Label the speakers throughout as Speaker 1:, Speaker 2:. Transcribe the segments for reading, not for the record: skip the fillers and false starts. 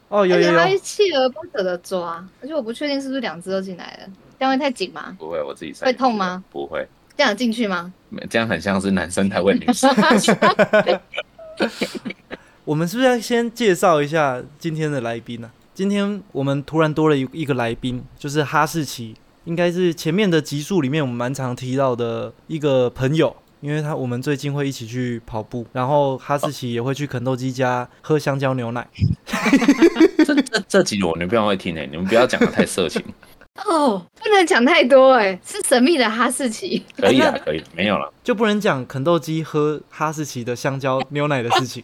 Speaker 1: 哦，有
Speaker 2: 而且
Speaker 1: 有有，
Speaker 2: 他锲而不舍的抓，而且我不确定是不是两只都进来了，这样会太紧吗？
Speaker 3: 不会，我自己塞
Speaker 2: 会
Speaker 3: 进去的，
Speaker 2: 痛吗？
Speaker 3: 不会。
Speaker 2: 这样有进去吗？
Speaker 3: 这样很像是男生在问女生。
Speaker 1: 我们是不是要先介绍一下今天的来宾呢、今天我们突然多了一个来宾，就是哈士奇，应该是前面的集数里面我们蛮常提到的一个朋友。因为我们最近会一起去跑步，然后哈士奇也会去肯豆基家喝香蕉牛奶。
Speaker 3: 这集我女朋友会听你们不要讲的太色情。
Speaker 2: 哦，不能讲太多哎，是神秘的哈士奇。
Speaker 3: 可以啦，可以，没有了。
Speaker 1: 就不能讲肯豆基喝哈士奇的香蕉牛奶的事情。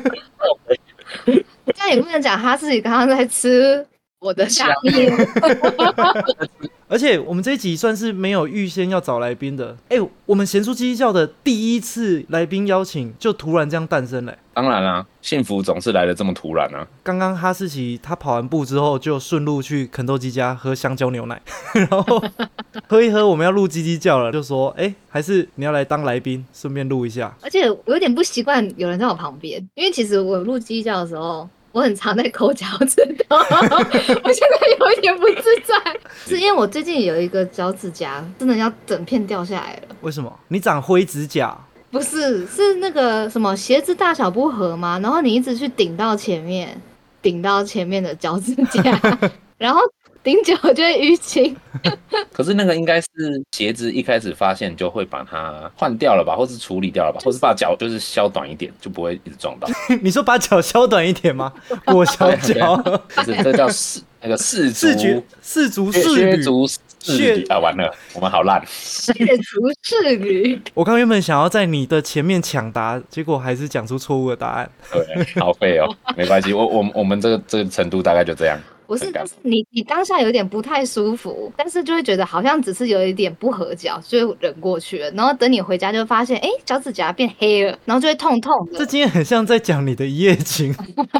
Speaker 2: 这样也不能讲哈士奇刚刚在吃我的下面。
Speaker 1: 而且我们这一集算是没有预先要找来宾的。我们咸酥鸡教的第一次来宾邀请就突然这样诞生了。
Speaker 3: 当然啦，幸福总是来得这么突然啊。
Speaker 1: 刚刚哈士奇他跑完步之后就顺路去肯豆基家喝香蕉牛奶，然后喝一喝我们要录鸡鸡叫了，就说还是你要来当来宾，顺便录一下。
Speaker 2: 而且我有点不习惯有人在我旁边，因为其实我录鸡叫的时候，我很常在抠脚趾头，我现在有一点不自在，是因为我最近有一个脚趾甲真的要整片掉下来了。
Speaker 1: 为什么？你长灰指甲？
Speaker 2: 不是，是那个什么鞋子大小不合吗？然后你一直去顶到前面的脚趾甲，然后顶久了就会淤青。
Speaker 3: 可是那个应该是鞋子一开始发现就会把它换掉了吧，或是处理掉了吧，或是把脚就是削短一点，就不会一直撞到。
Speaker 1: 你说把脚削短一点吗？裹小脚，
Speaker 3: 就是这叫那个四足
Speaker 1: 士旅。
Speaker 3: 啊，完了，我们好烂。
Speaker 2: 血足赤旅。
Speaker 1: 我刚原本想要在你的前面抢答，结果还是讲出错误的答案。
Speaker 3: 对，好废哦，没关系，我们这个程度大概就这样。
Speaker 2: 不是，但是你当下有点不太舒服，但是就会觉得好像只是有一点不合脚，就忍过去了。然后等你回家就发现，脚趾甲变黑了，然后就会痛痛的。
Speaker 1: 这今天很像在讲你的一夜情。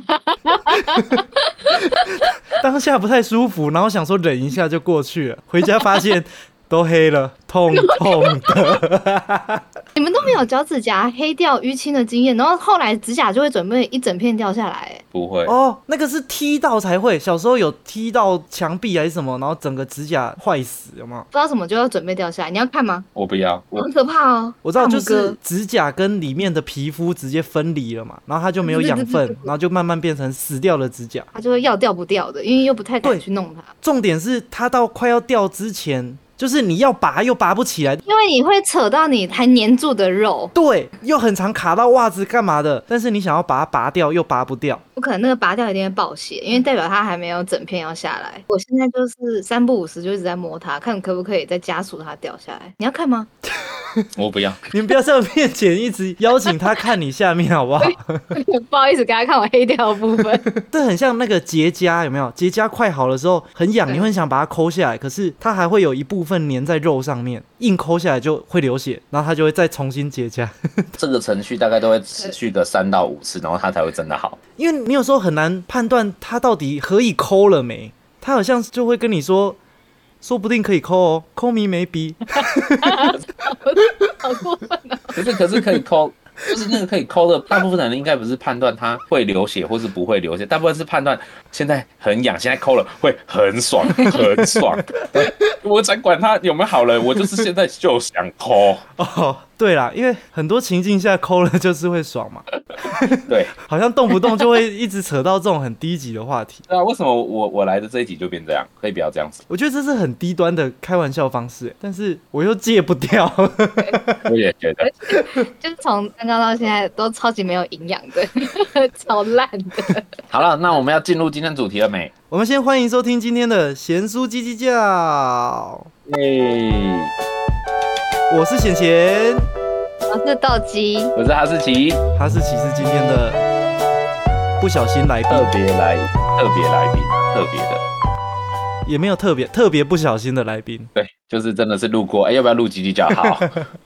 Speaker 1: 当下不太舒服，然后想说忍一下就过去了，回家发现都黑了，痛痛的。
Speaker 2: 你们都没有脚趾甲黑掉淤青的经验，然后后来指甲就会准备一整片掉下来。
Speaker 3: 不会
Speaker 1: 哦，那个是踢到才会，小时候有踢到墙壁还是什么，然后整个指甲坏死，有没有？
Speaker 2: 不知道什么就要准备掉下来，你要看吗？
Speaker 3: 我不要，
Speaker 2: 很可怕哦。
Speaker 1: 我知道，就是指甲跟里面的皮肤直接分离了嘛，然后它就没有养分，然后就慢慢变成死掉的指甲，
Speaker 2: 它就会要掉不掉的，因为又不太敢去弄它。
Speaker 1: 重点是它到快要掉之前。就是你要拔又拔不起来，
Speaker 2: 因为你会扯到你还粘住的肉，
Speaker 1: 对，又很常卡到袜子干嘛的，但是你想要把它拔掉又拔不掉，
Speaker 2: 不可能那个拔掉一定会爆血，因为代表它还没有整片要下来。我现在就是3不5时就一直在摸它，看可不可以再加速它掉下来。你要看吗？
Speaker 3: 我不要，
Speaker 1: 你们不要在我面前一直邀请他看你下面好不好？
Speaker 2: 不好意思，给他看我黑掉的部分。
Speaker 1: 这很像那个结痂，有没有？结痂快好的时候很痒，你会很想把它抠下来，可是它还会有一部分粘在肉上面，硬抠下来就会流血，然后它就会再重新结痂。
Speaker 3: 这个程序大概都会持续个3到5次，然后它才会真的好。
Speaker 1: 因为你有时候很难判断它到底可以抠了没，它好像就会跟你说。说不定可以抠哦，call me maybe。
Speaker 2: 好过分啊！
Speaker 3: 可是可以抠，就是那个可以抠的，大部分的人应该不是判断它会流血或是不会流血，大部分是判断现在很痒，现在抠了会很爽，很爽。对，我才管它有没有好了，我就是现在就想抠。
Speaker 1: 哦，对啦，因为很多情境下抠了就是会爽嘛。
Speaker 3: 对，
Speaker 1: 好像动不动就会一直扯到这种很低级的话题。
Speaker 3: 对啊，为什么我来的这一集就变这样？可以不要这样子？
Speaker 1: 我觉得这是很低端的开玩笑方式，但是我又戒不掉。
Speaker 3: 我也觉得，
Speaker 2: 就是从刚刚到现在都超级没有营养的，超烂的。
Speaker 3: 好了，那我们要进入今天主题了没？
Speaker 1: 我们先欢迎收听今天的咸酥鸡鸡叫。我是贤贤，
Speaker 2: 我是豆鸡，
Speaker 3: 我是哈士奇，
Speaker 1: 哈士奇是今天的不小心来宾，
Speaker 3: 特别来宾，特别的，
Speaker 1: 也没有特别不小心的来宾。
Speaker 3: 对，就是真的是路过，要不要录鸡鸡叫？好。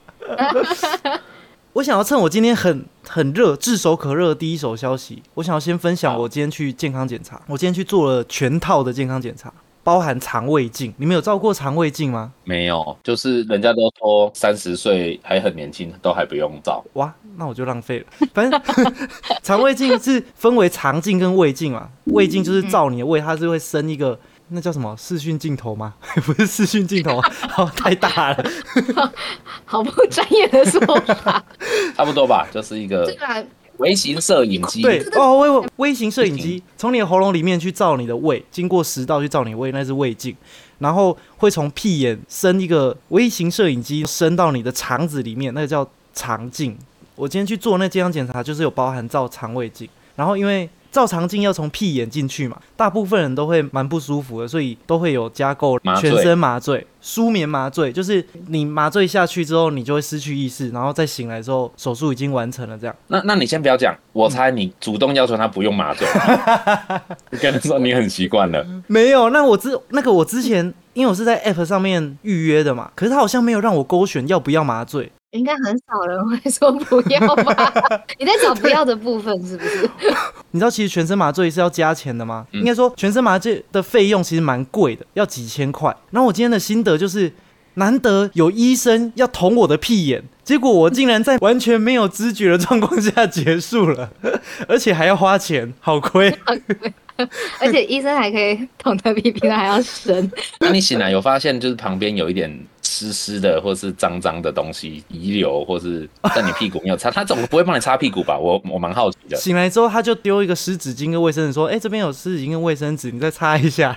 Speaker 1: 我想要趁我今天很热、炙手可热的第一手消息，我想要先分享我今天去健康检查。我今天去做了全套的健康检查，包含肠胃镜。你们有照过肠胃镜吗？
Speaker 3: 没有，就是人家都说30岁还很年轻，都还不用照。
Speaker 1: 哇， 那我就浪费了。反正肠胃镜是分为肠镜跟胃镜嘛，胃镜就是照你的胃，它是会伸一个。那叫什么视讯镜头吗？不是视讯镜头，太大了，
Speaker 2: 好不专业的说法。
Speaker 3: 差不多吧，就是一个微型摄影机。
Speaker 1: 对微型摄影机从你的喉咙里面去照你的胃，经过食道去照你的胃，那是胃镜。然后会从屁眼伸一个微型摄影机伸到你的肠子里面，那个叫肠镜。我今天去做那健康检查，就是有包含照肠胃镜。然后因为照肠镜要从屁眼进去嘛，大部分人都会蛮不舒服的，所以都会有加购全身麻醉、舒眠麻醉，就是你麻醉下去之后，你就会失去意识，然后再醒来之后，手术已经完成了这样。
Speaker 3: 那你先不要讲，我猜你主动要求他不用麻醉，你跟他说你很习惯了。
Speaker 1: 没有，我之前因为我是在 App 上面预约的嘛，可是他好像没有让我勾选要不要麻醉。
Speaker 2: 应该很少人会说不要吧？你在找不要的部分是不是？
Speaker 1: 你知道其实全身麻醉是要加钱的吗？应该说全身麻醉的费用其实蛮贵的，要几千块。然后我今天的心得就是，难得有医生要捅我的屁眼，结果我竟然在完全没有知觉的状况下结束了，而且还要花钱，好亏。
Speaker 2: 而且医生还可以捅得比平常还要深。
Speaker 3: 那你醒来有发现就是旁边有一点湿湿的或是脏脏的东西遗留，或是在你屁股没有擦，他总不会帮你擦屁股吧？我蛮好奇的。
Speaker 1: 醒来之后他就丢一个湿纸巾跟卫生纸说：“这边有湿纸巾跟卫生纸，你再擦一下。”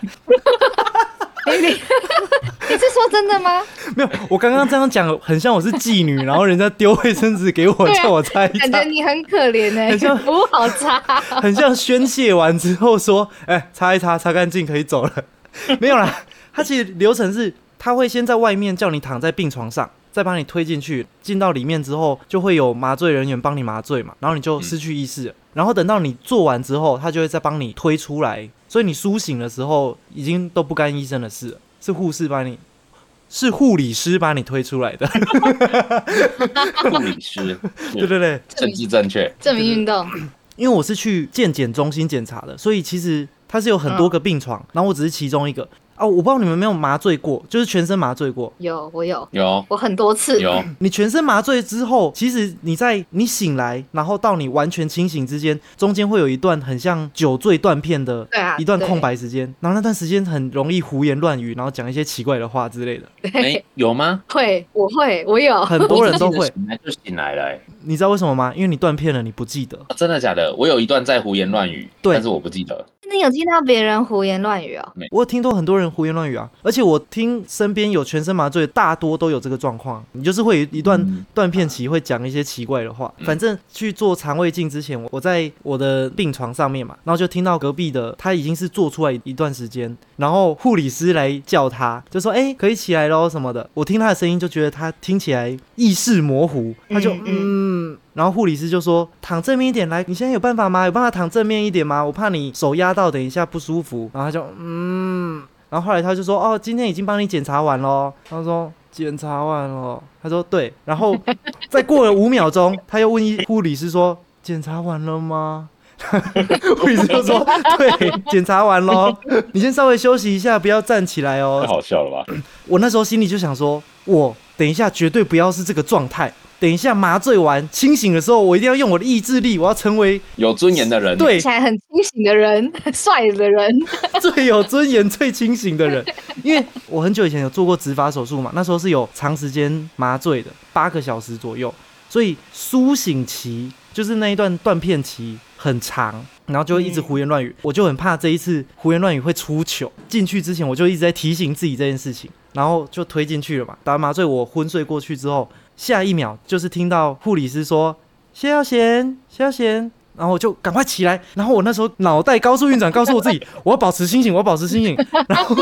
Speaker 2: 你是说真的吗？
Speaker 1: 没有，我刚刚这样讲很像我是妓女，然后人家丢卫生纸给我，叫我擦一擦。
Speaker 2: 感觉你很可怜很像不好擦，
Speaker 1: 很像宣泄完之后说：“擦一擦，擦干净，可以走了。”没有啦，他其实流程是，他会先在外面叫你躺在病床上，再把你推进去，进到里面之后，就会有麻醉人员帮你麻醉嘛，然后你就失去意识了。然后等到你做完之后，他就会再帮你推出来，所以你苏醒的时候，已经都不干医生的事了，是护理师把你推出来的。
Speaker 3: 护理师，
Speaker 1: 对，
Speaker 3: 政治正确，
Speaker 2: 证明运动。
Speaker 1: 因为我是去健检中心检查的，所以其实它是有很多个病床，然后我只是其中一个。我不知道你们有没有麻醉过，就是全身麻醉过。
Speaker 2: 有，我有，
Speaker 3: 有，
Speaker 2: 我很多次。
Speaker 3: 有，
Speaker 1: 你全身麻醉之后，其实你醒来，然后到你完全清醒之间，中间会有一段很像酒醉断片的一段空白时间，然后那段时间很容易胡言乱语，然后讲一些奇怪的话之类的。
Speaker 3: 有吗？
Speaker 2: 我有，
Speaker 1: 很多人都会。
Speaker 3: 醒来就醒来了。
Speaker 1: 你知道为什么吗？因为你断片了，你不记得。
Speaker 3: 真的假的？我有一段在胡言乱语，但是我不记得。
Speaker 2: 你有听到别人胡言乱语哦？
Speaker 1: 我有听到很多人胡言乱语啊，而且我听身边有全身麻醉的，大多都有这个状况。你就是会有一段断片期，会讲一些奇怪的话。反正去做肠胃镜之前，我在我的病床上面嘛，然后就听到隔壁的他已经是做出来一段时间，然后护理师来叫他，就说可以起来咯什么的。我听他的声音就觉得他听起来意识模糊，他就然后护理师就说躺正面一点，来，你现在有办法吗？有办法躺正面一点吗？我怕你手压到，等一下不舒服。然后他就然后后来他就说今天已经帮你检查完咯。他说检查完了，他说对。然后再过了5秒钟，他又问护理师说检查完了吗？护理师就说对，检查完咯，你先稍微休息一下，不要站起来哦。
Speaker 3: 太好笑了吧？
Speaker 1: 我那时候心里就想说，我等一下绝对不要是这个状态。等一下麻醉完清醒的时候，我一定要用我的意志力，我要成为
Speaker 3: 有尊严的人，
Speaker 1: 对，
Speaker 2: 看起来很清醒的人，帅的人，
Speaker 1: 最有尊严、最清醒的人。因为我很久以前有做过植发手术嘛，那时候是有长时间麻醉的，8个小时左右，所以苏醒期就是那一段断片期很长，然后就会一直胡言乱语。我就很怕这一次胡言乱语会出糗。进去之前我就一直在提醒自己这件事情，然后就推进去了嘛。打完麻醉我昏睡过去之后，下一秒就是听到护理师说谢耀贤，然后我就赶快起来，然后我那时候脑袋高速运转，告诉我自己我要保持清醒，然后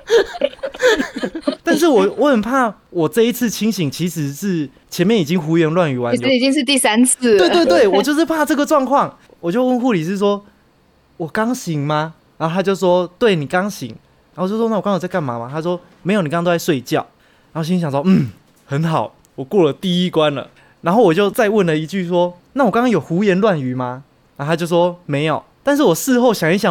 Speaker 1: 但是我很怕我这一次清醒其实是前面已经胡言乱语完，
Speaker 2: 其实已经是第3次了。
Speaker 1: 对，我就是怕这个状况。我就问护理师说我刚醒吗？然后他就说对，你刚醒。然后我就说那我刚刚在干嘛吗？他说没有，你刚刚都在睡觉。然后心里想说很好，我过了第1关了。然后我就再问了一句说那我刚刚有胡言乱语吗？然后他就说没有。但是我事后想一想，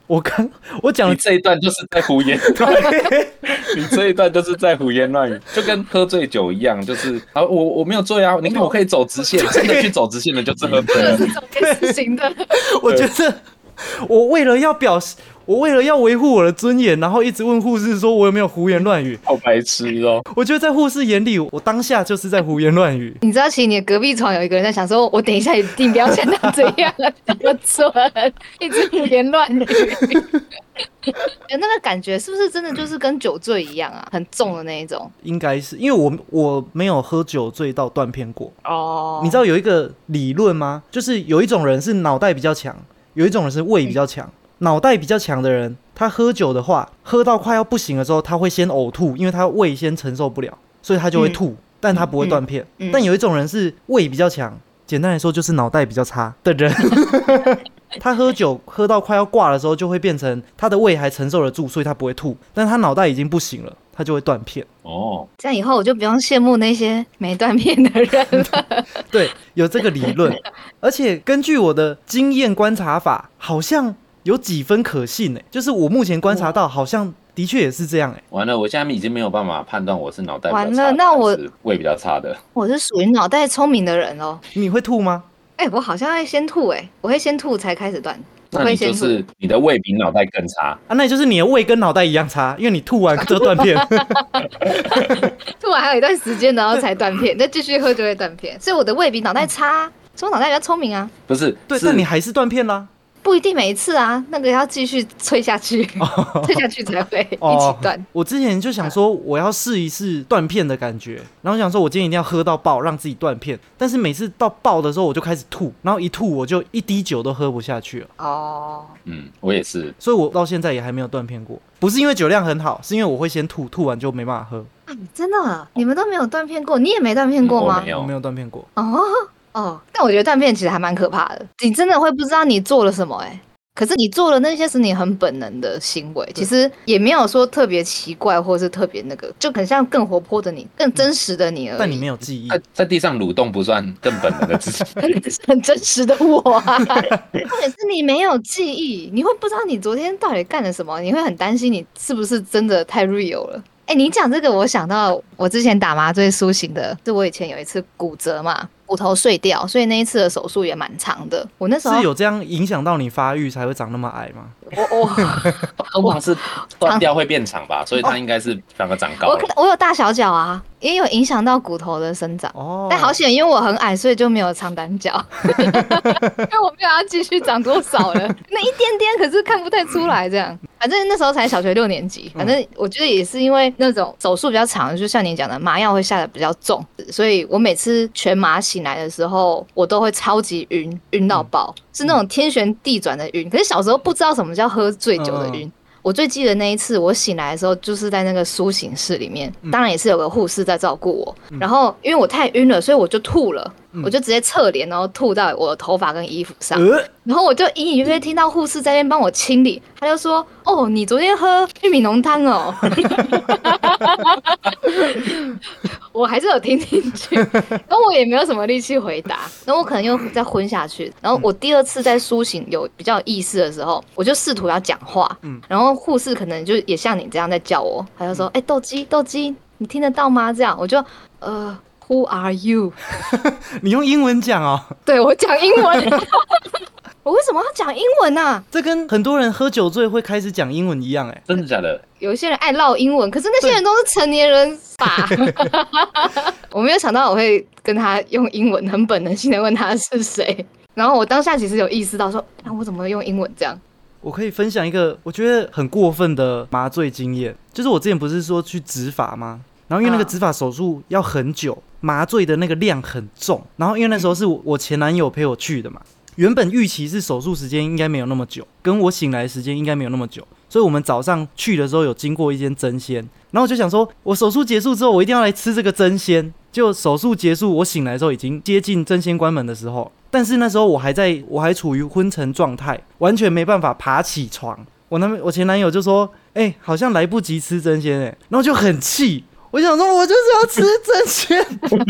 Speaker 1: 我讲
Speaker 3: 你这一段就是在胡言乱语，你这一段就是在胡言乱语，就跟喝醉酒一样，就是啊，我没有醉啊，你看我可以走直线，真的去走直线的就是喝醉了，
Speaker 2: 是走 S 型的。
Speaker 1: 我觉得我为了要维护我的尊严，然后一直问护士说我有没有胡言乱语。
Speaker 3: 好白痴哦！
Speaker 1: 我觉得在护士眼里，我当下就是在胡言乱语。
Speaker 2: 你知道，其实你的隔壁床有一个人在想说，我等一下一定不要像他这样这么蠢，一直胡言乱语。那个感觉是不是真的就是跟酒醉一样啊？很重的那一种。
Speaker 1: 应该是因为我没有喝酒醉到断片过。
Speaker 2: 哦，
Speaker 1: 你知道有一个理论吗？就是有一种人是脑袋比较强，有一种人是胃比较强。脑袋比较强的人，他喝酒的话，喝到快要不行的时候，他会先呕吐，因为他胃先承受不了，所以他就会吐，但他不会断片。但有一种人是胃比较强，简单来说就是脑袋比较差的人，他喝酒喝到快要挂的时候，就会变成他的胃还承受得住，所以他不会吐，但他脑袋已经不行了，他就会断片。
Speaker 3: 哦，
Speaker 2: 这样以后我就不用羡慕那些没断片的人了。
Speaker 1: 对，有这个理论，而且根据我的经验观察法，好像有几分可信就是我目前观察到，好像的确也是这样
Speaker 3: 完了，我现在已经没有办法判断我是脑袋比较差
Speaker 2: 完了那我
Speaker 3: 还是胃比较差的。
Speaker 2: 我是属于脑袋聪明的人哦。
Speaker 1: 你会吐吗？
Speaker 2: 我好像会先吐我会先吐才开始断。
Speaker 3: 那你就是你的胃比脑袋更差
Speaker 1: 啊，那就是你的胃跟脑袋一样差，因为你吐完就断片。
Speaker 2: 吐完还有一段时间，然后才断片，再继续喝就会断片。所以我的胃比脑袋差，所以我脑袋比较聪明啊。
Speaker 3: 不是？
Speaker 1: 对，但你还是断片啦。
Speaker 2: 不一定每一次啊，那个要继续吹下去，吹下去才会一起断。
Speaker 1: 我之前就想说，我要试一试断片的感觉，然后想说我今天一定要喝到爆，让自己断片。但是每次到爆的时候，我就开始吐，然后一吐我就一滴酒都喝不下去了。
Speaker 2: 哦，
Speaker 3: 我也是，
Speaker 1: 所以我到现在也还没有断片过。不是因为酒量很好，是因为我会先吐，吐完就没办法喝。
Speaker 2: 真的，你们都没有断片过，你也没断片过吗？
Speaker 1: 我没有断片过。
Speaker 2: 但我觉得断片其实还蛮可怕的，你真的会不知道你做了什么可是你做了那些是你很本能的行为，其实也没有说特别奇怪或是特别那个，就很像更活泼的你，更真实的你而已。
Speaker 1: 但你没有记忆，
Speaker 3: 在地上蠕动不算更本能的自己，
Speaker 2: 很真实的我啊。重点是你没有记忆，你会不知道你昨天到底干了什么，你会很担心你是不是真的太 real 了。你讲这个，我想到我之前打麻醉苏醒的，是我以前有一次骨折嘛，骨头碎掉，所以那一次的手术也蛮长的。我那时候
Speaker 1: 是有这样影响到你发育才会长那么矮吗？
Speaker 3: 通常是断掉会变长吧，所以它应该是反而长高。
Speaker 2: 我有大小脚啊，也有影响到骨头的生长。但好险，因为我很矮，所以就没有长短脚。因为我没有要继续长多少了，那一点点，可是看不太出来这样。反正那时候才小学6年级，反正我觉得也是因为那种手术比较长，就像你讲的，麻药会下得比较重，所以我每次全麻醒来的时候，我都会超级晕，晕到爆，是那种天旋地转的晕。可是小时候不知道什么叫喝醉酒的晕。我最记得那一次，我醒来的时候，就是在那个苏醒室里面，当然也是有个护士在照顾我。然后因为我太晕了，所以我就吐了，我就直接侧脸，然后吐到我的头发跟衣服上。然后我就隐隐约约听到护士在那边帮我清理，他就说：“哦，你昨天喝玉米浓汤哦。”我还是有听进去，然后我也没有什么力气回答，然后我可能又再昏下去。然后我第2次在苏醒有比较有意识的时候，我就试图要讲话，然后护士可能就也像你这样在叫我，他就说：“斗鸡，你听得到吗？”这样我就Who are you？
Speaker 1: 你用英文讲哦？
Speaker 2: 对，我讲英文。我为什么要讲英文啊？
Speaker 1: 这跟很多人喝酒醉会开始讲英文一样
Speaker 3: 真的假的？
Speaker 2: 有一些人爱唠英文，可是那些人都是成年人吧？我没有想到我会跟他用英文，很本能性的问他是谁。然后我当下其实有意识到说，我怎么会用英文这样？
Speaker 1: 我可以分享一个我觉得很过分的麻醉经验，就是我之前不是说去植发吗？然后因为那个植发手术要很久，麻醉的那个量很重，然后因为那时候是我前男友陪我去的嘛，原本预期是手术时间应该没有那么久，跟我醒来的时间应该没有那么久，所以我们早上去的时候有经过一间蒸鲜，然后我就想说我手术结束之后我一定要来吃这个蒸鲜，结果手术结束我醒来的时候已经接近蒸鲜关门的时候，但是那时候我还处于昏沉状态，完全没办法爬起床。我前男友就说好像来不及吃蒸鲜然后就很气， 我想说，我就是要吃真鲜。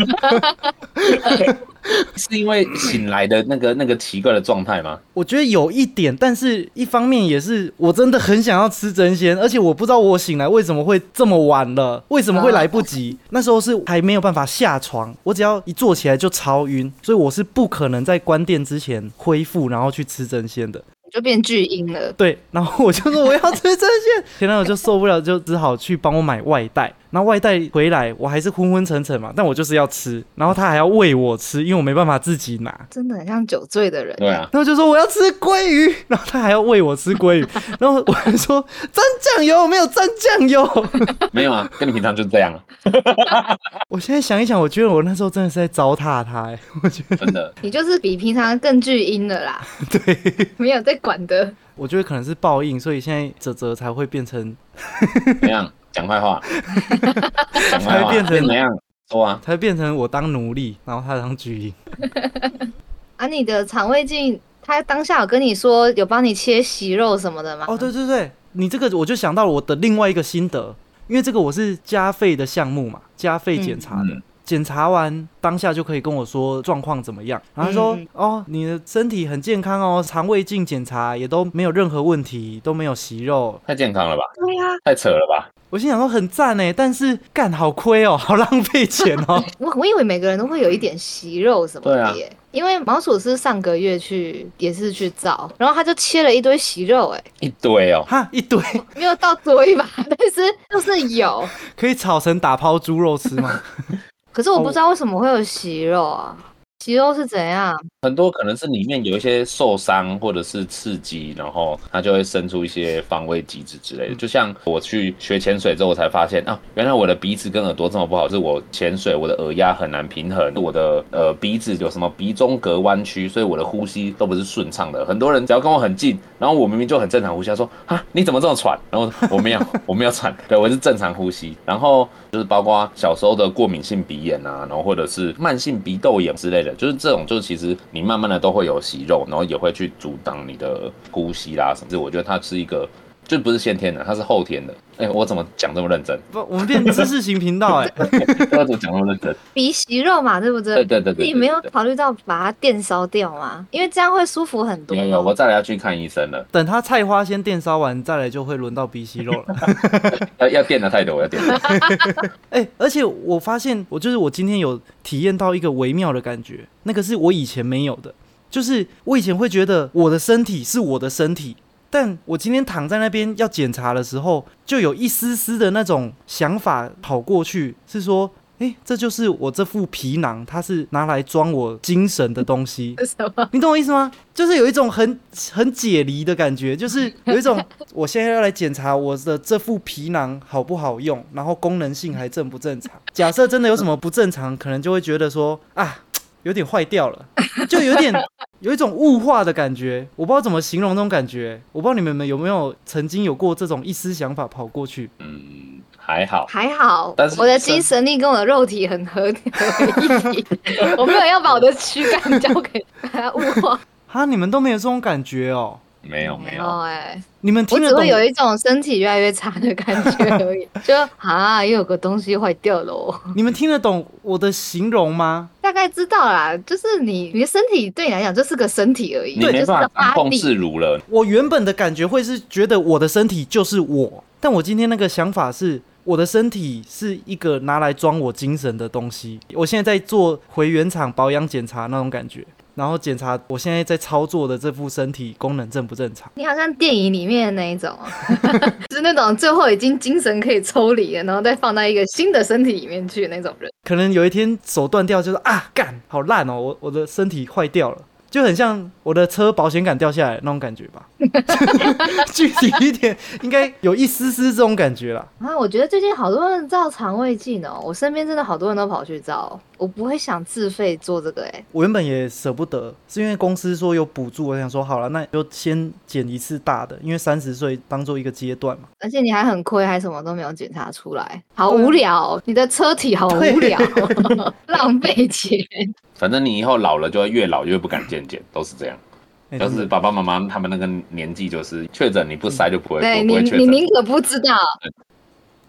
Speaker 3: 是因为醒来的那个奇怪的状态吗？
Speaker 1: 我觉得有一点，但是一方面也是我真的很想要吃真鲜，而且我不知道我醒来为什么会这么晚了，为什么会来不及？那时候是还没有办法下床，我只要一坐起来就超晕，所以我是不可能在关店之前恢复，然后去吃真鲜的。
Speaker 2: 就变巨婴了。
Speaker 1: 对，然后我就说我要吃真鲜，前男友就受不了，就只好去帮我买外带。然后外带回来，我还是昏昏沉沉嘛，但我就是要吃，然后他还要喂我吃，因为我没办法自己拿。
Speaker 2: 真的很像酒醉的人。
Speaker 3: 对啊，
Speaker 1: 然后就说我要吃鲑鱼，然后他还要喂我吃鲑鱼，然后我就说沾酱油没有沾酱油，
Speaker 3: 没有啊，跟你平常就这样啊，
Speaker 1: 我现在想一想，我觉得我那时候真的是在糟蹋他，我觉得
Speaker 3: 真的。
Speaker 2: 你就是比平常更巨婴了啦。对，没有在管的。
Speaker 1: 我觉得可能是报应，所以现在泽泽才会变成
Speaker 3: 怎样讲坏话，讲坏话
Speaker 1: 才变成
Speaker 3: 怎样说啊？
Speaker 1: 才变成我当奴隶，然后他当巨婴。
Speaker 2: 啊，你的肠胃镜，他当下有跟你说有帮你切息肉什么的吗？
Speaker 1: 哦，对对对，你这个我就想到了我的另外一个心得，因为这个我是加费的项目嘛，加费检查的。检查完当下就可以跟我说状况怎么样，然后他说、哦，你的身体很健康哦，肠胃镜检查也都没有任何问题，都没有息肉，
Speaker 3: 太健康了吧？
Speaker 2: 对啊，
Speaker 3: 太扯了吧？
Speaker 1: 我心想说很赞哎，但是干好亏哦，好浪费钱哦。
Speaker 2: 我以为每个人都会有一点息肉什么的耶，因为毛鼠是上个月也是去照，然后他就切了一堆息肉，哎，
Speaker 3: 一堆哦，
Speaker 1: 哈，一堆
Speaker 2: 没有到堆吧，但是就是有。
Speaker 1: 可以炒成打抛猪肉吃吗？
Speaker 2: 可是我不知道为什么会有息肉啊，息肉是怎样？
Speaker 3: 很多可能是里面有一些受伤或者是刺激，然后它就会生出一些防卫机制之类的。就像我去学潜水之后，我才发现啊，原来我的鼻子跟耳朵这么不好，是我潜水我的耳压很难平衡，我的鼻子有什么鼻中隔弯曲，所以我的呼吸都不是顺畅的。很多人只要跟我很近，然后我明明就很正常呼吸，他说啊你怎么这么喘？然后我没有我没有喘，对我是正常呼吸。然后就是包括小时候的过敏性鼻炎啊，然后或者是慢性鼻窦炎之类的，就是这种就是其实你慢慢的都会有息肉，然后也会去阻挡你的呼吸啦什么。我觉得它是一个就不是先天的，它是后天的。我怎么讲这么认真？
Speaker 1: 不，我们变知识型频道哎。
Speaker 3: 我怎么讲这么认真？
Speaker 2: 鼻息肉嘛，对不对？
Speaker 3: 对。
Speaker 2: 你没有考虑到把它电烧掉吗？因为这样会舒服很多。
Speaker 3: 有，我再来要去看医生了。
Speaker 1: 等他菜花先电烧完，再来就会轮到鼻息肉了。
Speaker 3: 要电的太多，要电的。
Speaker 1: 而且我发现，我今天有体验到一个微妙的感觉，那个是我以前没有的，就是我以前会觉得我的身体是我的身体。但我今天躺在那边要检查的时候，就有一丝丝的那种想法跑过去，是说，这就是我这副皮囊，它是拿来装我精神的东西。
Speaker 2: 什么？
Speaker 1: 你懂我意思吗？就是有一种很解离的感觉，就是有一种我现在要来检查我的这副皮囊好不好用，然后功能性还正不正常。假设真的有什么不正常，可能就会觉得说啊，有点坏掉了，就有一种物化的感觉，我不知道怎么形容那种感觉。我不知道你们有没有曾经有过这种一丝想法跑过去？
Speaker 3: 还好，
Speaker 2: 但是我的精神力跟我的肉体很合为一体，我没有要把我的躯干交给他物化。
Speaker 1: 哈，你们都没有这种感觉哦？
Speaker 3: 没有
Speaker 1: 你们听得懂？
Speaker 2: 我只会有一种身体越来越差的感觉而已，就又有个东西坏掉了哦。
Speaker 1: 你们听得懂我的形容吗？
Speaker 2: 大概知道啦，就是你的身体对你来讲就是个身体而已，
Speaker 3: 你没办法掌控自如了。
Speaker 1: 我原本的感觉会是觉得我的身体就是我，但我今天那个想法是，我的身体是一个拿来装我精神的东西。我现在在做回原厂保养检查那种感觉。然后检查我现在在操作的这副身体功能正不正常。
Speaker 2: 你好像电影里面的那一种就是那种最后已经精神可以抽离了，然后再放到一个新的身体里面去的那种人。
Speaker 1: 可能有一天手断掉，就是干好烂哦，我的身体坏掉了，就很像我的车保险杆掉下来那种感觉吧。具体一点，应该有一丝丝这种感觉啦。
Speaker 2: 我觉得最近好多人照肠胃镜哦，我身边真的好多人都跑去照，我不会想自费做这个
Speaker 1: 我原本也舍不得，是因为公司说有补助，我想说好了，那就先检一次大的，因为30岁当做一个阶段嘛。
Speaker 2: 而且你还很亏，还什么都没有检查出来，好无聊，你的车体好无聊，浪费钱。
Speaker 3: 反正你以后老了就会越老越不敢健检，都是这样。就是爸爸妈妈他们那个年纪，就是确诊你不筛就不会确诊。
Speaker 2: 你宁可不知道。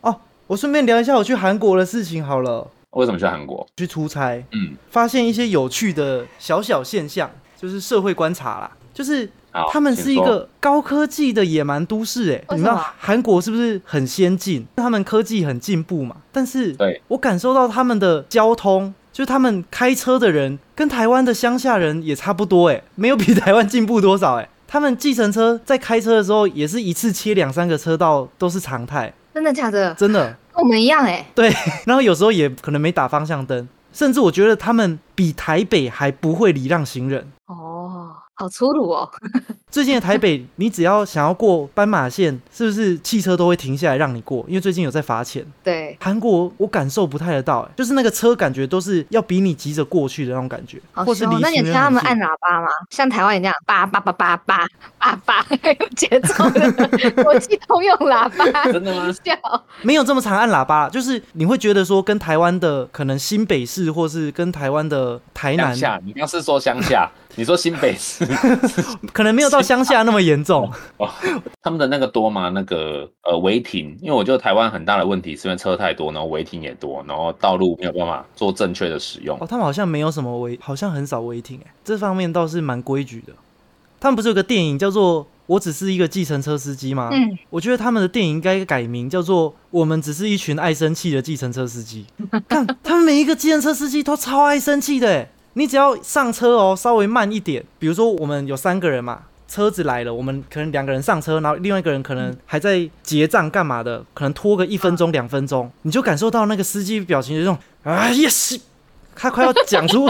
Speaker 1: 我顺便聊一下我去韩国的事情好了。
Speaker 3: 为什么去韩国？
Speaker 1: 去出差，
Speaker 3: 嗯，
Speaker 1: 发现一些有趣的小小现象，就是社会观察啦，就是
Speaker 3: 好
Speaker 1: 他们是一
Speaker 3: 请
Speaker 1: 个高科技的野蛮都市、欸，
Speaker 2: 为什么
Speaker 1: 你知道韩国是不是很先进？他们科技很进步嘛，但是
Speaker 3: 对
Speaker 1: 我感受到他们的交通，就是他们开车的人跟台湾的乡下人也差不多、欸，没有比台湾进步多少、欸，他们计程车在开车的时候也是一次切2-3个车道都是常态，
Speaker 2: 真的假的？
Speaker 1: 真的。
Speaker 2: 跟我们一样哎、
Speaker 1: 对，然后有时候也可能没打方向灯，甚至我觉得他们比台北还不会礼让行人。
Speaker 2: 哦，好粗鲁哦。
Speaker 1: 最近的台北，你只要想要过斑马线，是不是汽车都会停下来让你过？因为最近有在罚钱。
Speaker 2: 对，
Speaker 1: 韩国我感受不太得到、就是那个车感觉都是要比你急着过去的那种感觉，
Speaker 2: 好
Speaker 1: 或是离
Speaker 2: 凶。那你
Speaker 1: 行人
Speaker 2: 听他们按
Speaker 1: 很近。
Speaker 2: 喇叭吗？像台湾人这样叭叭叭叭叭叭叭，很有节奏的国际通用喇叭。
Speaker 3: 真的吗？
Speaker 2: 笑。
Speaker 1: 没有这么常按喇叭，就是你会觉得说跟台湾的可能新北市，或是跟台湾的台南，
Speaker 3: 乡下，你刚是说乡下，你说新北市
Speaker 1: 可能没有到乡下那么严重。
Speaker 3: 哦，他们的那个多吗？那个违停，因为我觉得台湾很大的问题是因为车太多，然后违停也多，然后道路没有办法做正确的使用。
Speaker 1: 哦，他们好像没有什么好像很少违停，这方面倒是蛮规矩的。他们不是有个电影叫做《我只是一个计程车司机》吗？我觉得他们的电影应该改名叫做《我们只是一群爱生气的计程车司机》。看，他们每一个计程车司机都超爱生气的耶，你只要上车哦，稍微慢一点，比如说我们有3个人嘛，车子来了，我们可能2个人上车，然后另外1个人可能还在结账干嘛的，可能拖个1分钟2分钟，你就感受到那个司机表情有这种啊yes，他快要讲出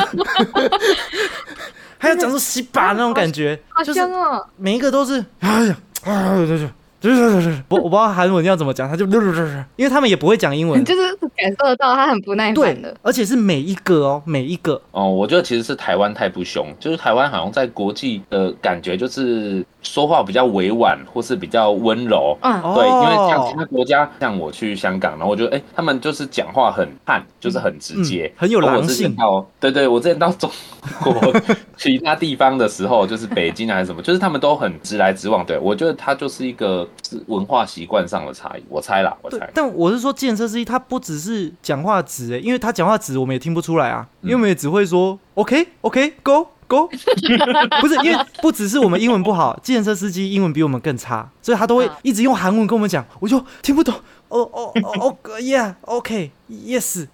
Speaker 1: 还要讲出洗把那种感觉，
Speaker 2: 好
Speaker 1: 就是
Speaker 2: 凶哦。
Speaker 1: 每一个都是哎呀我不知道韩文要怎么讲，他就因为他们也不会讲英文，
Speaker 2: 就是感受得到他很不耐
Speaker 1: 对
Speaker 2: 烦的。，
Speaker 1: 而且是每一个哦，每一个。
Speaker 3: 哦，我觉得其实是台湾太不凶，就是台湾好像在国际的感觉就是说话比较委婉，或是比较温柔。
Speaker 2: 嗯，
Speaker 3: 对，因为像其他国家，像我去香港，然后我觉得，他们就是讲话很悍，就是很直接，
Speaker 1: 很有狼
Speaker 3: 我之前
Speaker 1: 性。
Speaker 3: 对，我之前到中国其他地方的时候，就是北京还是什么，就是他们都很直来直往。对，我觉得它就是一个文化习惯上的差异，我猜啦，我猜。
Speaker 1: 但我是说，计程车司机他不只是讲话直因为他讲话直，我们也听不出来啊，因为我们也只会说 OK go。不是因为不只是我们英文不好，计程车司机英文比我们更差，所以他都会一直用韩文跟我们讲，我就听不懂。yeah OK yes，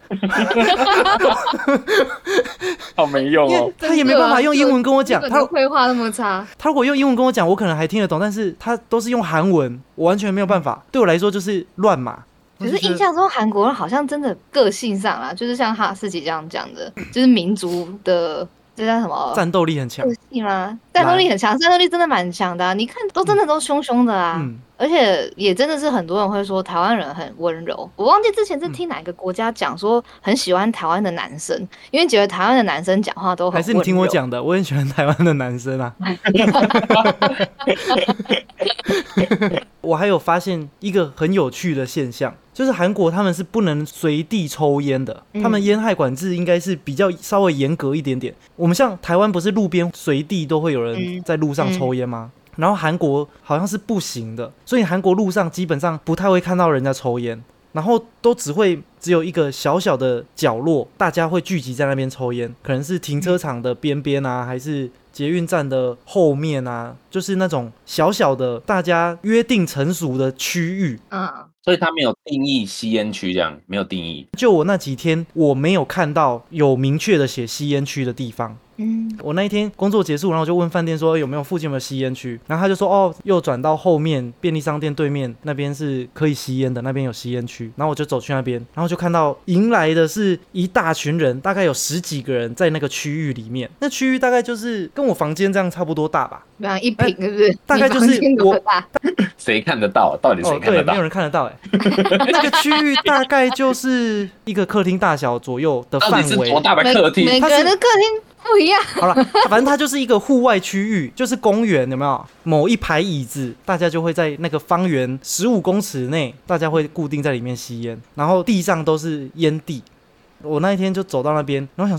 Speaker 3: 好没用
Speaker 1: 因为
Speaker 3: 哦。
Speaker 1: 他也没办法用英文跟我讲，他
Speaker 2: 会话那么差。
Speaker 1: 他如果用英文跟我讲，我可能还听得懂，但是他都是用韩文，我完全没有办法。对我来说就是乱码。
Speaker 2: 可是印象中韩国人好像真的个性上啊，就是像哈士奇这样讲的，就是民族的这叫什么
Speaker 1: 战斗力很强
Speaker 2: 个。性吗？战斗力很强，战斗力真的蛮强的啊！你看都真的都凶凶的啊。而且也真的是很多人会说台湾人很温柔。我忘记之前是听哪个国家讲说很喜欢台湾的男生，因为觉得台湾的男生讲话都很温柔。
Speaker 1: 还是你听我讲的，我很喜欢台湾的男生啊。我还有发现一个很有趣的现象，就是韩国他们是不能随地抽烟的，他们烟害管制应该是比较稍微严格一点点。我们像台湾不是路边随地都会有人在路上抽烟吗？然后韩国好像是不行的，所以韩国路上基本上不太会看到人家抽烟，然后都只有一个小小的角落，大家会聚集在那边抽烟，可能是停车场的边边啊，还是捷运站的后面啊，就是那种小小的大家约定成熟的区域。
Speaker 3: 所以他没有定义吸烟区，这样没有定义。
Speaker 1: 就我那几天，我没有看到有明确的写吸烟区的地方。我那一天工作结束，然后我就问饭店说有没有附近有没有吸烟区，然后他就说哦，右转到后面便利商店对面那边是可以吸烟的，那边有吸烟区。然后我就走去那边，然后就看到迎来的是一大群人，大概有10几个人在那个区域里面。那区域大概就是跟我房间这样差不多大吧，
Speaker 2: 一平是不是？
Speaker 1: 大概就是我
Speaker 3: 谁看得到？到底谁看得到？
Speaker 1: 对，没有人看得到那个区域大概就是一个客厅大小左右的范围。
Speaker 3: 到底是多大的客厅？
Speaker 2: 每个人的客厅不一样。
Speaker 1: 好了，反正它就是一个户外区域，就是公园，有没有？某一排椅子，大家就会在那个方圆15公尺内，大家会固定在里面吸烟，然后地上都是烟蒂。我那一天就走到那边，然后想说，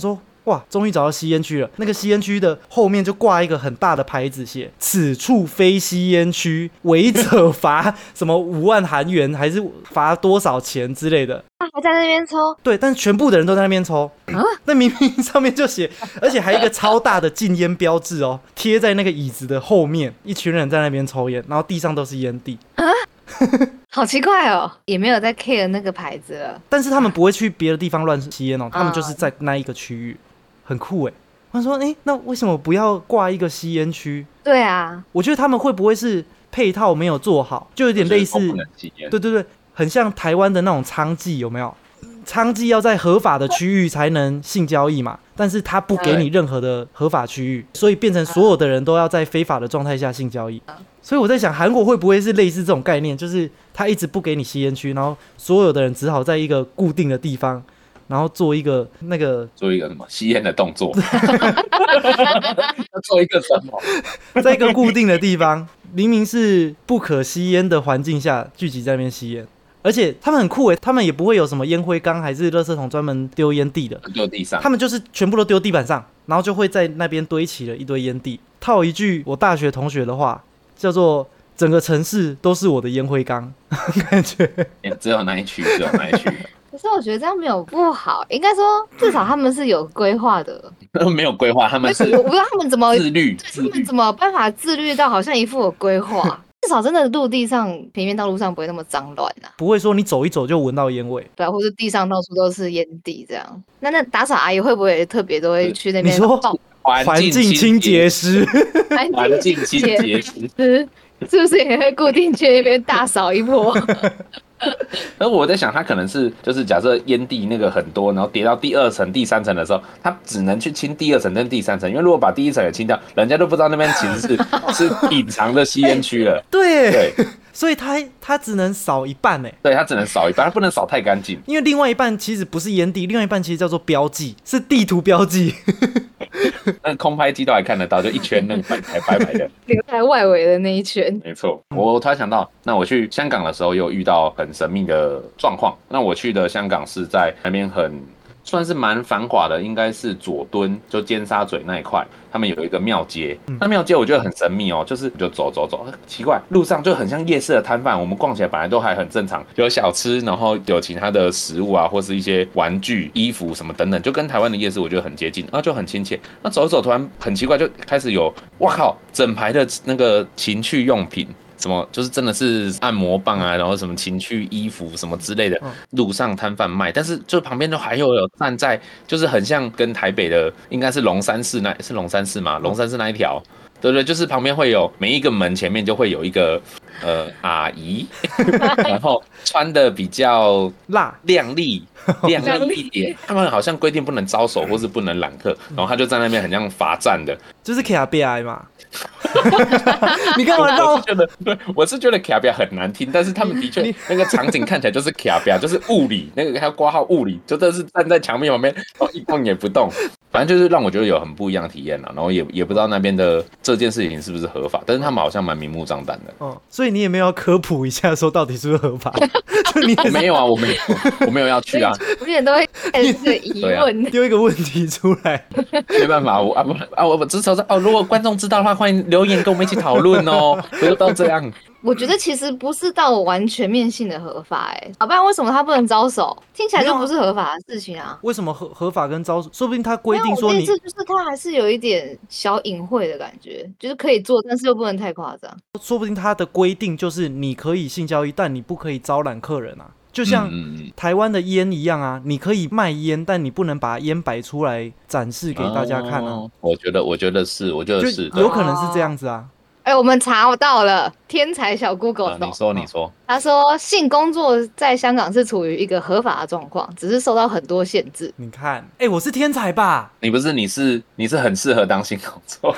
Speaker 1: 哇，终于找到吸烟区了。那个吸烟区的后面就挂一个很大的牌子，写此处非吸烟区，违者罚什么5万韩元，还是罚多少钱之类的。
Speaker 2: 还在那边抽？
Speaker 1: 对，但是全部的人都在那边抽。那明明上面就写，而且还有一个超大的禁烟标志哦，贴在那个椅子的后面，一群人在那边抽烟，然后地上都是烟蒂。
Speaker 2: 好奇怪哦，也没有在 care 那个牌子了。
Speaker 1: 但是他们不会去别的地方乱吸烟哦，他们就是在那一个区域，很酷哎。他说，那为什么不要挂一个吸烟区？
Speaker 2: 对啊，
Speaker 1: 我觉得他们会不会是配套没有做好，就有点类似，对对对，很像台湾的那种娼妓，有没有？娼妓要在合法的区域才能性交易嘛，但是他不给你任何的合法区域，所以变成所有的人都要在非法的状态下性交易。所以我在想，韩国会不会是类似这种概念，就是他一直不给你吸烟区，然后所有的人只好在一个固定的地方，然后做一个
Speaker 3: 什么吸烟的动作，要做一个什么，
Speaker 1: 在一个固定的地方，明明是不可吸烟的环境下聚集在那边吸烟。而且他们很酷他们也不会有什么烟灰缸还是垃圾桶专门丢烟蒂的，
Speaker 3: 丢地上，
Speaker 1: 他们就是全部都丢地板上，然后就会在那边堆起了一堆烟蒂。套一句我大学同学的话，叫做整个城市都是我的烟灰缸，感觉
Speaker 3: 只有那一区。
Speaker 2: 可是我觉得这样没有不好，应该说至少他们是有规划的。
Speaker 3: 没有规划，他们是
Speaker 2: 我不知道他们怎么
Speaker 3: 自律，
Speaker 2: 他们怎么办法自律到好像一副有规划。至少真的陆地上、平面道路上不会那么脏乱啊，
Speaker 1: 不会说你走一走就闻到烟味，
Speaker 2: 对啊，或者地上到处都是烟蒂这样。那打扫阿姨会不会特别都会去那边？
Speaker 1: 你说环境清洁师，
Speaker 3: 环境清洁师
Speaker 2: 是不是也会固定去那边大扫一波？
Speaker 3: 而我在想，他可能是就是假设烟蒂那个很多，然后叠到第2层、第3层的时候，他只能去清第2层跟第3层，因为如果把第1层也清掉，人家都不知道那边其实是隐藏的吸烟区了。
Speaker 1: 对，所以他只能扫一半
Speaker 3: 对，他只能扫一半，他不能扫太干净，
Speaker 1: 因为另外一半其实不是烟蒂，另外一半其实叫做标记，是地图标记。
Speaker 3: 那空拍机都还看得到，就一圈那个白白的
Speaker 2: 留在外围的那一圈。
Speaker 3: 没错，我突然想到，那我去香港的时候，有遇到很神秘的状况。那我去的香港是在那边算是蛮繁华的，应该是佐敦，就尖沙咀那一块，他们有一个庙街。那庙街我觉得很神秘哦，就走，奇怪，路上就很像夜市的摊贩，我们逛起来本来都还很正常，有小吃，然后有其他的食物啊，或是一些玩具、衣服什么等等，就跟台湾的夜市我觉得很接近，然后就很亲切。那走一走，突然很奇怪，就开始有，哇靠，整排的那个情趣用品。什么就是真的是按摩棒啊，然后什么情趣衣服什么之类的，路上摊贩卖，但是就旁边都还有站在，就是很像跟台北的应该是龙山寺是龙山寺吗？龙山寺那一条，对不对？就是旁边会有每一个门前面就会有一个阿姨，然后穿的比较亮丽一点，他们好像规定不能招手或是不能揽客，然后他就在那边很像罚站的，
Speaker 1: 就是 KBI 嘛。你干嘛绕？
Speaker 3: 我是觉得 KBI 很难听，但是他们的确那个场景看起来就是 KBI， 就是物理那个还要挂号物理，就真的是站在墙面旁边，然后一动也不动，反正就是让我觉得有很不一样的体验啦。然后也不知道那边的这件事情是不是合法，但是他们好像蛮明目张胆的。
Speaker 1: 所以你也没有要科普一下说到底是不是合法？
Speaker 3: 我没有啊，我没有要去啊。
Speaker 2: 我也都会带着这个疑问，
Speaker 1: 丢一个问题出来。
Speaker 3: 没办法，我只是说如果观众知道的话，欢迎留言跟我们一起讨论哦。不要到这样。
Speaker 2: 我觉得其实不是到完全面性的合法好不然为什么他不能招手？听起来就不是合法的事情啊。
Speaker 1: 为什么合法跟招手？说不定他规定说你，
Speaker 2: 就是他还是有一点小隐晦的感觉，就是可以做，但是又不能太夸张。
Speaker 1: 说不定他的规定就是你可以性交易，但你不可以招揽客人啊。就像台湾的烟一样啊，你可以卖烟，但你不能把烟摆出来展示给大家看啊。
Speaker 3: 我觉得是，
Speaker 1: 有可能是这样子啊。
Speaker 2: 我们查到了，天才小 Google
Speaker 3: 你说，
Speaker 2: 他说性工作在香港是处于一个合法的状况，只是受到很多限制。
Speaker 1: 你看，我是天才吧？
Speaker 3: 你不是，你是很适合当性工作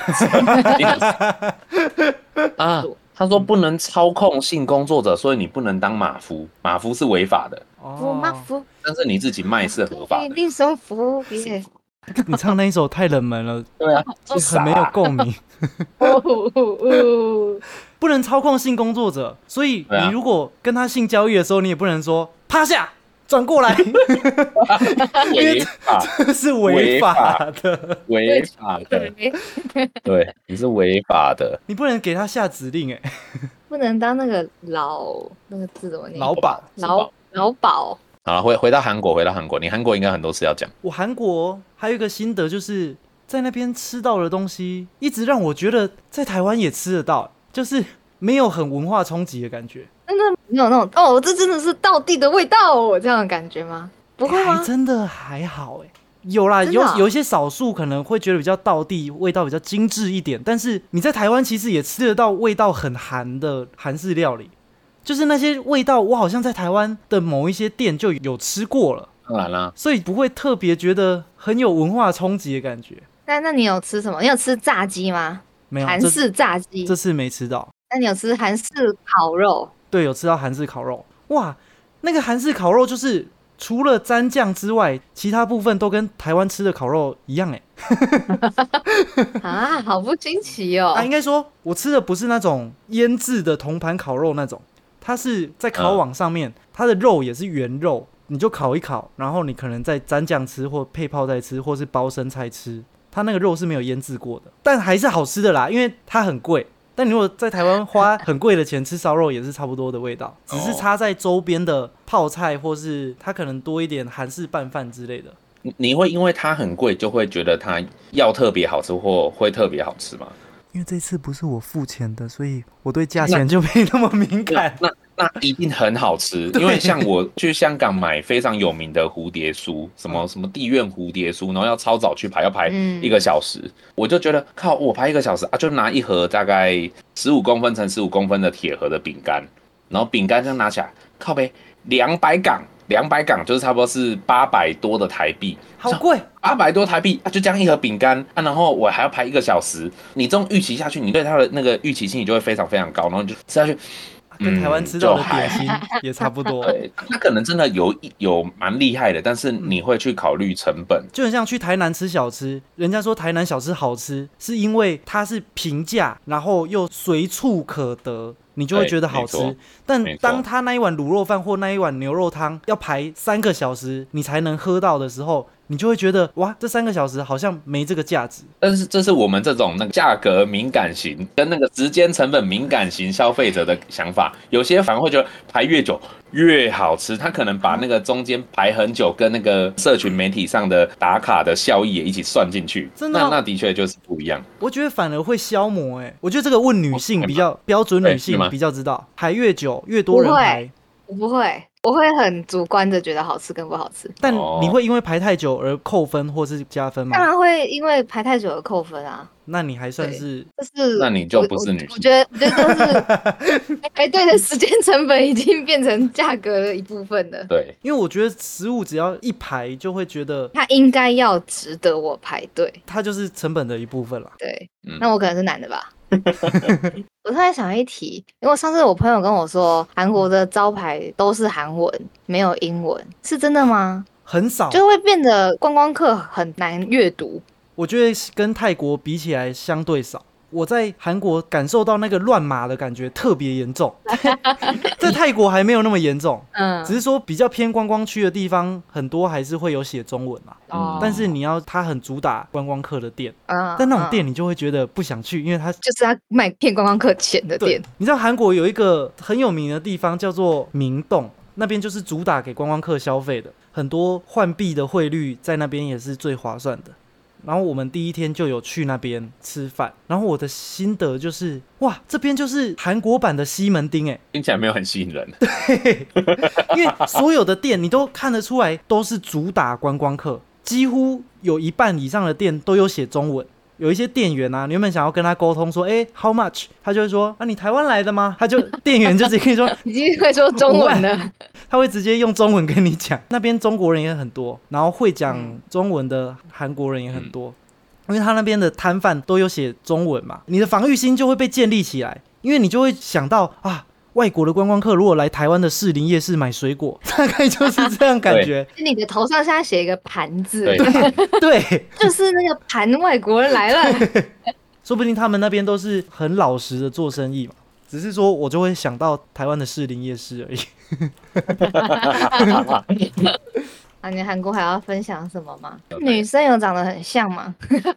Speaker 3: 啊。他说不能操控性工作者，所以你不能当马夫，马夫是违法的。
Speaker 2: 马夫，
Speaker 3: 但是你自己卖是合法的。
Speaker 2: 另生服务。
Speaker 1: 你唱那一首太冷门了，
Speaker 3: 对啊，
Speaker 1: 很没有共鸣。不能操控性工作者，所以你如果跟他性交易的时候，你也不能说趴下， 转过来，
Speaker 3: 违法，
Speaker 1: 这是违法的，
Speaker 3: 违法的，对，你是违法的，
Speaker 1: 你不能给他下指令
Speaker 2: 不能当那个那个字怎么念？
Speaker 1: 老鸨。
Speaker 2: 老鸨。
Speaker 3: 好，回到韩国，你韩国应该很多事要讲。
Speaker 1: 我韩国还有一个心得，就是在那边吃到的东西，一直让我觉得在台湾也吃得到，就是没有很文化冲击的感觉。
Speaker 2: 真的没有那种哦，这真的是道地的味道哦，这样的感觉吗？不会吗？
Speaker 1: 还真的还好有啦，有一些少数可能会觉得比较道地，味道比较精致一点，但是你在台湾其实也吃得到味道很韩的韩式料理。就是那些味道，我好像在台湾的某一些店就有吃过了，
Speaker 3: 当然啦，
Speaker 1: 所以不会特别觉得很有文化冲击的感觉。
Speaker 2: 那你有吃什么？你有吃炸鸡吗？
Speaker 1: 没有，
Speaker 2: 韩式炸鸡
Speaker 1: 这次没吃到。
Speaker 2: 那你有吃韩式烤肉？
Speaker 1: 对，有吃到韩式烤肉。哇，那个韩式烤肉就是除了蘸酱之外，其他部分都跟台湾吃的烤肉一样
Speaker 2: 啊，好不惊奇哦！
Speaker 1: 应该说我吃的不是那种腌制的铜盘烤肉那种，它是在烤网上面，它的肉也是原肉，你就烤一烤，然后你可能再蘸酱吃，或配泡菜吃，或是包生菜吃。它那个肉是没有腌制过的，但还是好吃的啦，因为它很贵。但你如果在台湾花很贵的钱吃烧肉，也是差不多的味道，只是差在周边的泡菜，或是它可能多一点韩式拌饭之类的。
Speaker 3: 你会因为它很贵，就会觉得它要特别好吃或会特别好吃吗？
Speaker 1: 因为这次不是我付钱的，所以我对价钱就没那么敏感。
Speaker 3: 那一定很好吃，因为像我去香港买非常有名的蝴蝶酥，什么地苑蝴蝶酥，然后要超早去排，要排1个小时，我就觉得靠，我排1个小时啊，就拿一盒大概15公分乘15公分的铁盒的饼干，然后饼干这样拿起来，靠呗，200港就是差不多是800多的台币，
Speaker 1: 好贵
Speaker 3: ，800多台币啊，就这样一盒饼干啊，然后我还要排1个小时，你这种预期下去，你对它的那个预期心理就会非常非常高，然后你就吃下去。
Speaker 1: 跟台湾吃到的点心也差不多。
Speaker 3: 对，它可能真的有蛮厉害的，但是你会去考虑成本。
Speaker 1: 就很像去台南吃小吃，人家说台南小吃好吃，是因为它是平价，然后又随处可得，你就会觉得好吃。但当他那一碗卤肉饭或那一碗牛肉汤要排3个小时你才能喝到的时候，你就会觉得哇，这3个小时好像没这个价值。
Speaker 3: 但是这是我们这种那个价格敏感型跟那个时间成本敏感型消费者的想法，有些反而会觉得排越久越好吃，他可能把那个中间排很久跟那个社群媒体上的打卡的效益也一起算进去，
Speaker 1: 真的
Speaker 3: 那的确就是不一样。
Speaker 1: 我觉得反而会消磨我觉得这个问女性比较标准，女性比较知道排越久越多人排。
Speaker 2: 我不会，我会很主观的觉得好吃跟不好吃。
Speaker 1: 但你会因为排太久而扣分或是加分吗？
Speaker 2: 当然会因为排太久而扣分啊。
Speaker 1: 那你还算是，
Speaker 3: 那你就不是女性。
Speaker 2: 我觉得就是排队的时间成本已经变成价格的一部分了。
Speaker 3: 对，
Speaker 1: 因为我觉得食物只要一排，就会觉得
Speaker 2: 它应该要值得我排队，
Speaker 1: 它就是成本的一部分了。
Speaker 2: 对，那我可能是男的吧。我突然想一题，因为上次我朋友跟我说，韩国的招牌都是韩文，没有英文，是真的吗？
Speaker 1: 很少，
Speaker 2: 就会变得观光客很难阅读。
Speaker 1: 我觉得跟泰国比起来相对少。我在韩国感受到那个乱码的感觉特别严重，在泰国还没有那么严重，只是说比较偏观光区的地方，很多还是会有写中文嘛。但是它很主打观光客的店，但那种店你就会觉得不想去，因为它
Speaker 2: 就是要卖骗观光客钱的店。
Speaker 1: 你知道韩国有一个很有名的地方叫做明洞，那边就是主打给观光客消费的，很多换币的汇率在那边也是最划算的。然后我们第一天就有去那边吃饭，然后我的心得就是，哇，这边就是韩国版的西门町
Speaker 3: 听起来没有很吸引人。
Speaker 1: 对，因为所有的店你都看得出来都是主打观光客，几乎有1半以上的店都有写中文。有一些店员啊，你原本想要跟他沟通说，how much， 他就会说，你台湾来的吗？店员就直接跟你说，
Speaker 2: 已经会说中文了，
Speaker 1: 他会直接用中文跟你讲。那边中国人也很多，然后会讲中文的韩国人也很多，因为他那边的摊贩都有写中文嘛，你的防御心就会被建立起来，因为你就会想到外国的观光客如果来台湾的士林夜市买水果，大概就是这样感觉。
Speaker 2: 你的头上现在写一个盘子，
Speaker 1: 对，
Speaker 2: 就是那个盘外国人来了。
Speaker 1: 说不定他们那边都是很老实的做生意嘛。 只是说我就会想到台湾的士林夜市而已。
Speaker 2: 啊，你韩国还要分享什么吗？女生有长得很像吗？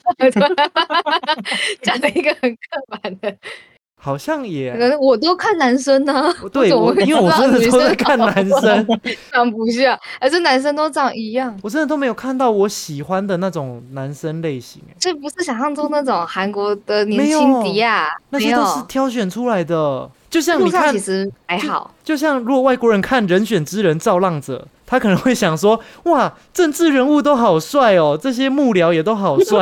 Speaker 2: 讲了一个很刻板的，
Speaker 1: 好像也，
Speaker 2: 可能我都看男生呢、
Speaker 1: 对，因为我真的都在看男生，
Speaker 2: 长不像，还是男生都长一样？
Speaker 1: 我真的都没有看到我喜欢的那种男生类型。
Speaker 2: 这不是想象中那种韩国的年轻迪亚，
Speaker 1: 那些都是挑选出来的。就像你看，
Speaker 2: 其实还好。
Speaker 1: 就像如果外国人看《人选之人》造浪者，他可能会想说：哇，政治人物都好帅哦，这些幕僚也都好帅。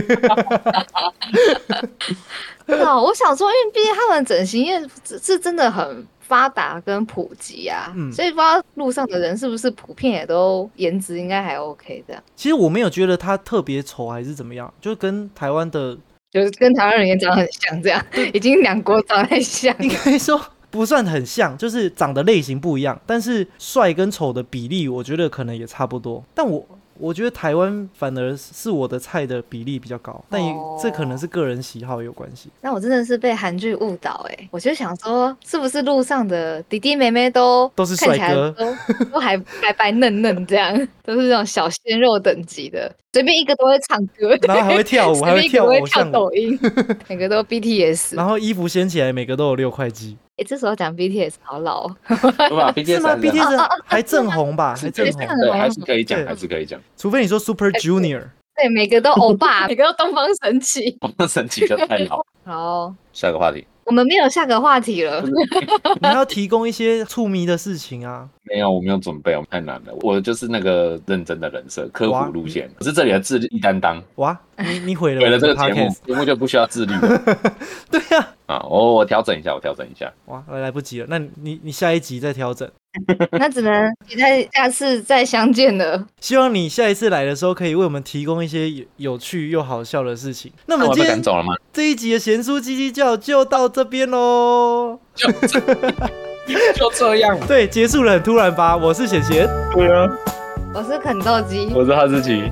Speaker 2: 我想说，因为毕竟他们整形业是真的很发达跟普及啊，所以不知道路上的人是不是普遍也都颜值应该还 OK 的。
Speaker 1: 其实我没有觉得他特别丑还是怎么样，就跟台湾的。
Speaker 2: 就是跟台湾人也长得很像，这样已经两国长得太像。
Speaker 1: 应该说不算很像，就是长的类型不一样，但是帅跟丑的比例，我觉得可能也差不多。但我觉得台湾反而是我的菜的比例比较高，但这可能是个人喜好有关系。
Speaker 2: 那我真的是被韩剧误导我就想说，是不是路上的弟弟妹妹都
Speaker 1: 是帅哥，
Speaker 2: 都还白白嫩嫩这样，都是那种小鲜肉等级的，随便一个都会唱歌，
Speaker 1: 然后还会跳舞，还会跳偶像舞，
Speaker 2: 抖音，每个都 BTS，
Speaker 1: 然后衣服掀起来，每个都有6块肌。
Speaker 2: 这时候讲 BTS 好老
Speaker 1: 是吗 ？BTS 还正红吧？还正红，
Speaker 3: 对，还是可以讲，还是可以讲。
Speaker 1: 除非你说 Super Junior，
Speaker 2: 对，每个都欧巴，每个都东方神起。
Speaker 3: 东方神起就太老。
Speaker 2: 好，
Speaker 3: 下个话题。
Speaker 2: 我们没有下个话题了。
Speaker 1: 你要提供一些触迷的事情啊。
Speaker 3: 没有，我没有准备，太难了。我就是那个认真的人设，科普路线。我是这里的自律担当。
Speaker 1: 哇，你毁了
Speaker 3: 这个节目就不需要自律了。
Speaker 1: 对呀。
Speaker 3: 我调整一下，哇，
Speaker 1: 来不及了，那你下一集再调整。
Speaker 2: 那只能期待下次再相见了。
Speaker 1: 希望你下一次来的时候，可以为我们提供一些有趣又好笑的事情。那么今天
Speaker 3: 走了吗？
Speaker 1: 这一集的咸酥鸡鸡叫就到这边喽。
Speaker 3: 就这样。
Speaker 1: 对，结束了很突然吧？我是咸咸。
Speaker 3: 对啊。
Speaker 2: 我是肯豆鸡。
Speaker 3: 我是哈士奇。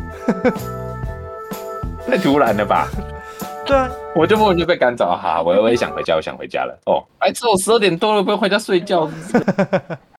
Speaker 3: 太突然了吧？
Speaker 1: 对啊，
Speaker 3: 我就莫名就被赶走哈，我也想回家，我想回家了。白痴，我12点多了，不用回家睡觉。